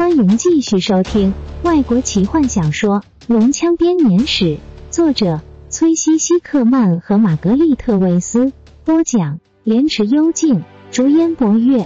欢迎继续收听外国奇幻小说《龙枪编年史》，作者崔西西克曼和玛格丽特维斯，播讲莲池幽静，竹烟博月。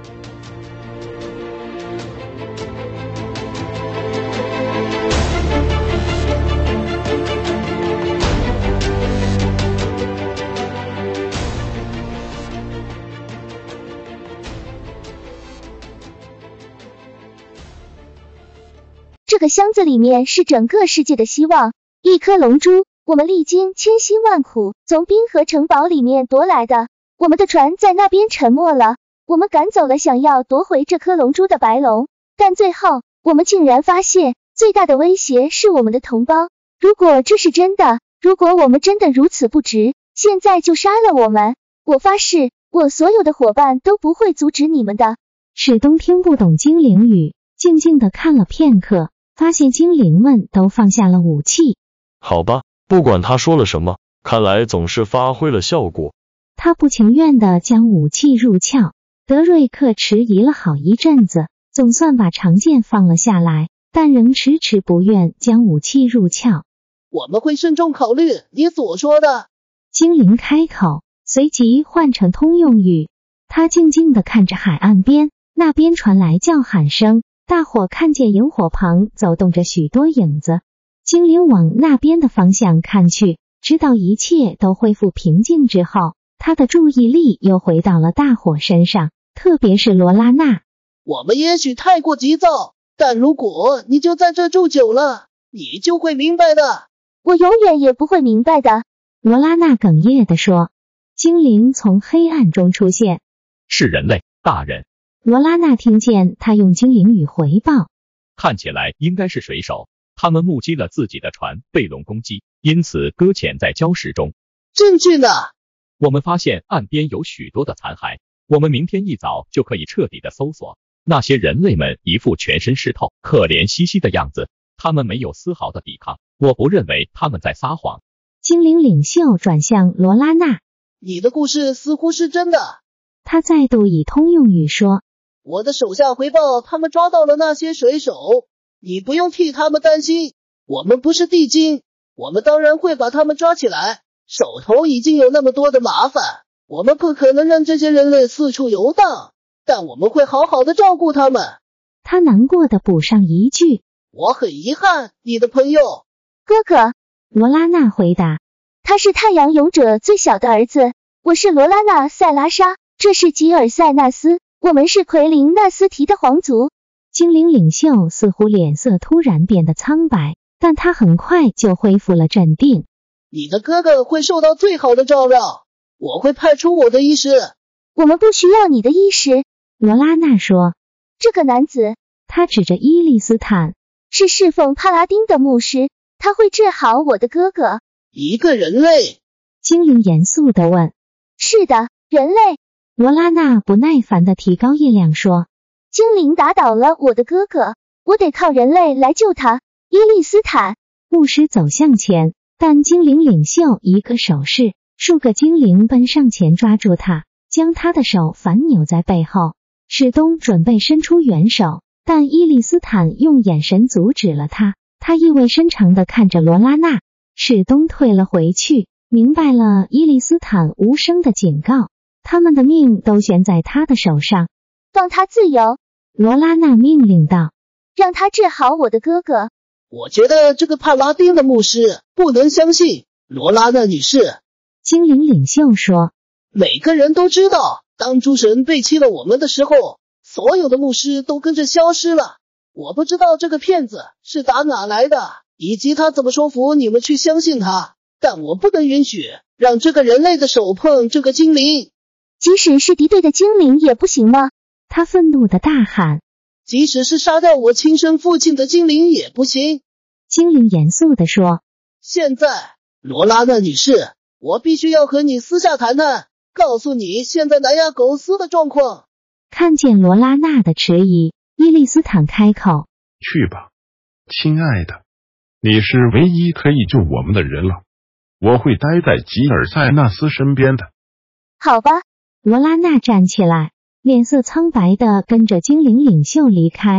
这个箱子里面是整个世界的希望，一颗龙珠，我们历经千辛万苦从冰河城堡里面夺来的。我们的船在那边沉没了，我们赶走了想要夺回这颗龙珠的白龙，但最后我们竟然发现最大的威胁是我们的同胞。如果这是真的，如果我们真的如此不值，现在就杀了我们，我发誓我所有的伙伴都不会阻止你们的。 史东听不懂精灵语，静静地看了片刻，发现精灵们都放下了武器。 好吧，不管他说了什么，看来总是发挥了效果。 他不情愿地将武器入鞘，德瑞克迟疑了好一阵子，总算把长剑放了下来，但仍迟迟不愿将武器入鞘。 我们会慎重考虑你所说的。 精灵开口，随即换成通用语。他静静地看着海岸边，那边传来叫喊声，大伙看见萤火旁走动着许多影子。精灵往那边的方向看去，直到一切都恢复平静之后，他的注意力又回到了大伙身上，特别是罗拉娜。 我们也许太过急躁，但如果你就在这住久了，你就会明白的。 我永远也不会明白的， 罗拉娜哽咽地说。精灵从黑暗中出现。 是人类，大人。 罗拉娜听见他用精灵语回报。 看起来应该是水手，他们目击了自己的船被龙攻击，因此搁浅在礁石中。 证据呢？ 我们发现岸边有许多的残骸，我们明天一早就可以彻底的搜索。那些人类们一副全身湿透、可怜兮兮的样子，他们没有丝毫的抵抗，我不认为他们在撒谎。 精灵领袖转向罗拉娜。 你的故事似乎是真的。 他再度以通用语说。 我的手下回报他们抓到了那些水手，你不用替他们担心，我们不是地精，我们当然会把他们抓起来，手头已经有那么多的麻烦，我们不可能让这些人类四处游荡，但我们会好好的照顾他们。 他难过的补上一句。 我很遗憾，你的朋友。 哥哥， 罗拉娜回答。 他是太阳勇者最小的儿子，我是罗拉娜·塞拉莎，这是吉尔塞纳斯，我们是奎林纳斯提的皇族。 精灵领袖似乎脸色突然变得苍白，但他很快就恢复了镇定。 你的哥哥会受到最好的照料，我会派出我的医师。 我们不需要你的医师， 罗拉娜说。 这个男子， 他指着伊利斯坦， 是侍奉帕拉丁的牧师，他会治好我的哥哥。 一个人类？ 精灵严肃地问。 是的，人类。 罗拉娜不耐烦地提高音量说。 精灵打倒了我的哥哥，我得靠人类来救他。伊利斯坦。 牧师走向前，但精灵领袖一个手势，数个精灵奔上前抓住他，将他的手反扭在背后。史东准备伸出援手，但伊利斯坦用眼神阻止了他。他意味深长地看着罗拉娜。史东退了回去，明白了伊利斯坦无声的警告，他们的命都悬在他的手上。 放他自由， 罗拉娜命令道。 让他治好我的哥哥。 我觉得这个帕拉丁的牧师不能相信，罗拉娜女士。 精灵领袖说。 每个人都知道，当诸神背弃了我们的时候，所有的牧师都跟着消失了。我不知道这个骗子是打哪来的，以及他怎么说服你们去相信他，但我不能允许让这个人类的手碰这个精灵。 即使是敌对的精灵也不行吗？ 他愤怒地大喊。 即使是杀掉我亲生父亲的精灵也不行。 精灵严肃地说。 现在，罗拉娜女士，我必须要和你私下谈谈，告诉你现在南亚狗斯的状况。 看见罗拉娜的迟疑，伊利斯坦开口。 去吧，亲爱的，你是唯一可以救我们的人了，我会待在吉尔塞纳斯身边的。 好吧。 罗拉娜站起来，脸色苍白地跟着精灵领袖离开。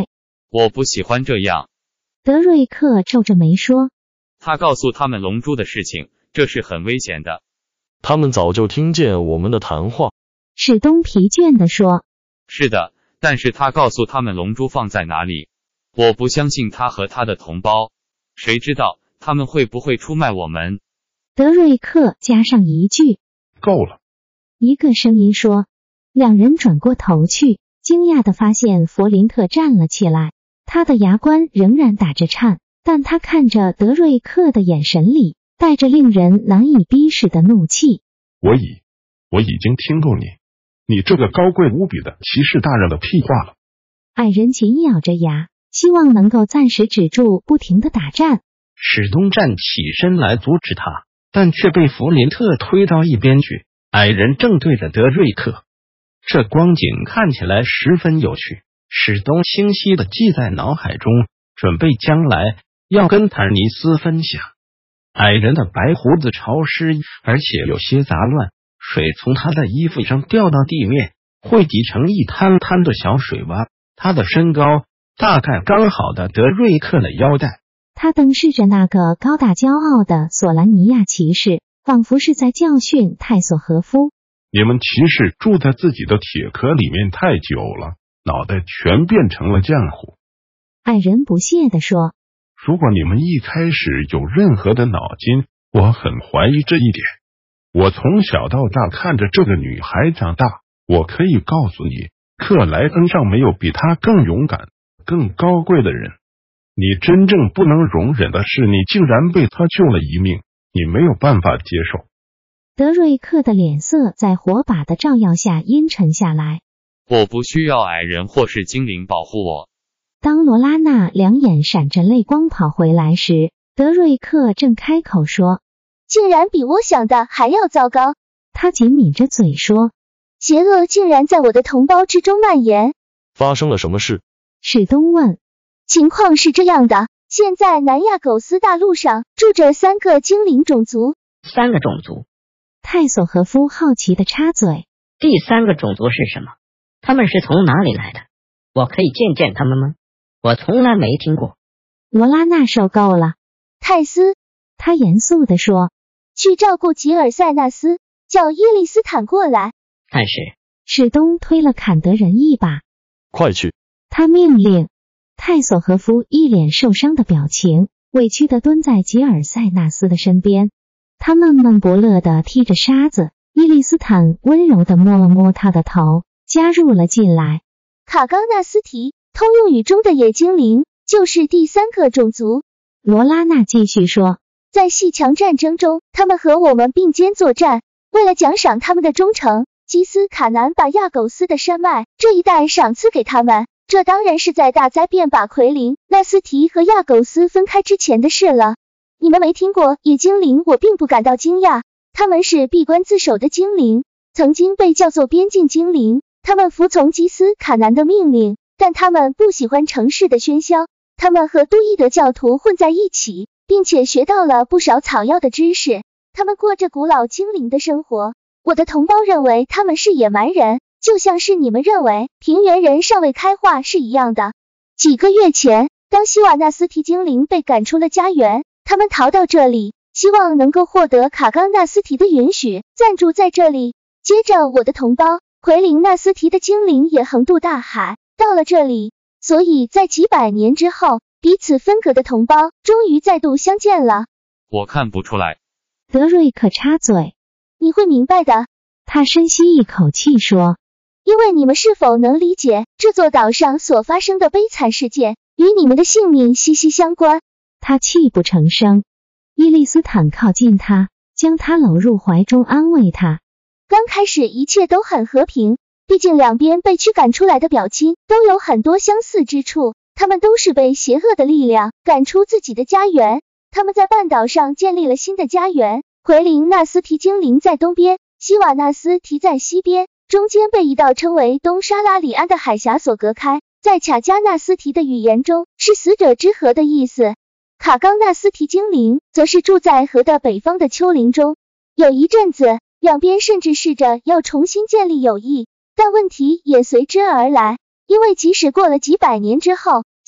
我不喜欢这样。 德瑞克皱着眉说。 他告诉他们龙珠的事情，这是很危险的。 他们早就听见我们的谈话。 史东疲倦地说。 是的，但是他告诉他们龙珠放在哪里。我不相信他和他的同胞，谁知道他们会不会出卖我们？ 德瑞克加上一句。 够了。 一个声音说。两人转过头去，惊讶地发现弗林特站了起来，他的牙关仍然打着颤，但他看着德瑞克的眼神里带着令人难以逼视的怒气。 我已经听够你这个高贵无比的骑士大人的屁话了。 矮人紧咬着牙，希望能够暂时止住不停的打战。 史东站起身来阻止他，但却被弗林特推到一边去。矮人正对着德瑞克，这光景看起来十分有趣。史东清晰地记在脑海中，准备将来要跟坦尼斯分享。矮人的白胡子潮湿，而且有些杂乱，水从他的衣服上掉到地面，汇集成一滩滩的小水洼。他的身高大概刚好的德瑞克的腰带。 他瞪视着那个高大骄傲的索兰尼亚骑士，仿佛是在教训泰索和夫。 你们骑士住在自己的铁壳里面太久了，脑袋全变成了浆糊。 矮人不屑地说。 如果你们一开始有任何的脑筋，我很怀疑这一点。我从小到大看着这个女孩长大，我可以告诉你，克莱恩上没有比她更勇敢、更高贵的人。你真正不能容忍的是，你竟然被她救了一命，你没有办法接受。 德瑞克的脸色在火把的照耀下阴沉下来。 我不需要矮人或是精灵保护我。 当罗拉娜两眼闪着泪光跑回来时，德瑞克正开口说。 竟然比我想的还要糟糕。 他紧抿着嘴说。 邪恶竟然在我的同胞之中蔓延。 发生了什么事？ 史东问。 情况是这样的，现在南亚苟斯大陆上住着3个精灵种族。 3个种族？ 泰索和夫好奇地插嘴。 第3个种族是什么？他们是从哪里来的？我可以见见他们吗？我从来没听过。 罗拉娜受够了。 泰斯， 他严肃地说。 去照顾吉尔塞纳斯，叫伊利斯坦过来。 但是， 史东推了坎德人一把。 快去！ 他命令。泰索和夫一脸受伤的表情，委屈地蹲在吉尔塞纳斯的身边。他闷闷不乐地踢着沙子，伊利斯坦温柔地摸了摸他的头，加入了进来。 卡冈纳斯提，通用语中的野精灵，就是第3个种族。 罗拉娜继续说。 在细强战争中，他们和我们并肩作战。为了奖赏他们的忠诚，基斯卡南把亚苟斯的山脉这一带赏赐给他们。这当然是在大灾变把奎林、纳斯提和亚苟斯分开之前的事了。你们没听过野精灵，我并不感到惊讶。他们是闭关自守的精灵，曾经被叫做边境精灵。他们服从基斯卡南的命令，但他们不喜欢城市的喧嚣。他们和都伊德教徒混在一起，并且学到了不少草药的知识。他们过着古老精灵的生活。我的同胞认为他们是野蛮人，就像是你们认为平原人尚未开化是一样的。几个月前，当希瓦纳斯提精灵被赶出了家园，他们逃到这里，希望能够获得卡冈纳斯提的允许，暂住在这里。接着，我的同胞奎林纳斯提的精灵也横渡大海，到了这里。所以在几百年之后，彼此分隔的同胞终于再度相见了。 我看不出来。 德瑞克插嘴。 你会明白的。 他深吸一口气说。 因为你们是否能理解这座岛上所发生的悲惨事件与你们的性命息息相关？ 他泣不成声。伊利斯坦靠近他，将他搂入怀中安慰他。 刚开始一切都很和平，毕竟两边被驱赶出来的表亲都有很多相似之处，他们都是被邪恶的力量赶出自己的家园。他们在半岛上建立了新的家园，奎林纳斯提精灵在东边，希瓦纳斯提在西边，中间被一道称为东沙拉里安的海峡所隔开。在卡加纳斯提的语言中是死者之河的意思。卡冈纳斯提精灵则是住在河的北方的丘陵中。有一阵子，两边甚至试着要重新建立友谊，但问题也随之而来，因为即使过了几百年之后，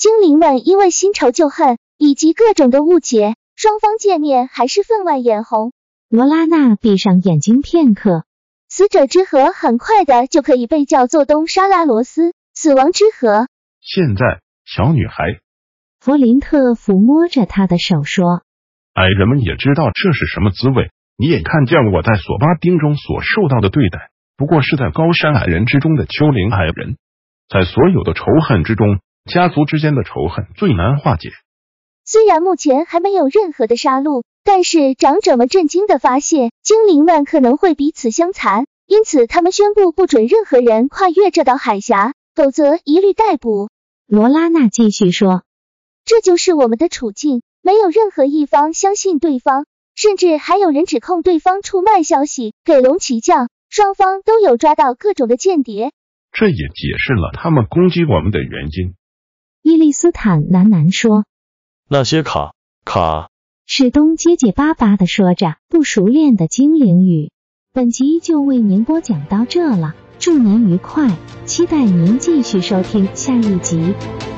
精灵们因为新仇旧恨以及各种的误解，双方见面还是分外眼红。 罗拉娜闭上眼睛片刻， 死者之河很快的就可以被叫做东沙拉罗斯死亡之河。 现在，小女孩， 弗林特抚摸着她的手说， 矮人们也知道这是什么滋味，你也看见我在索巴丁中所受到的对待，不过是在高山矮人之中的丘陵矮人。在所有的仇恨之中，家族之间的仇恨最难化解。 虽然目前还没有任何的杀戮，但是长者们震惊地发现，精灵们可能会彼此相残，因此他们宣布不准任何人跨越这道海峡，否则一律逮捕。 罗拉娜继续说， 这就是我们的处境，没有任何一方相信对方，甚至还有人指控对方出卖消息给龙骑将，双方都有抓到各种的间谍。 这也解释了他们攻击我们的原因。 伊利斯坦喃喃说， 那些卡。 史东结结巴巴地说着不熟练的精灵语。本集就为您播讲到这了，祝您愉快，期待您继续收听下一集。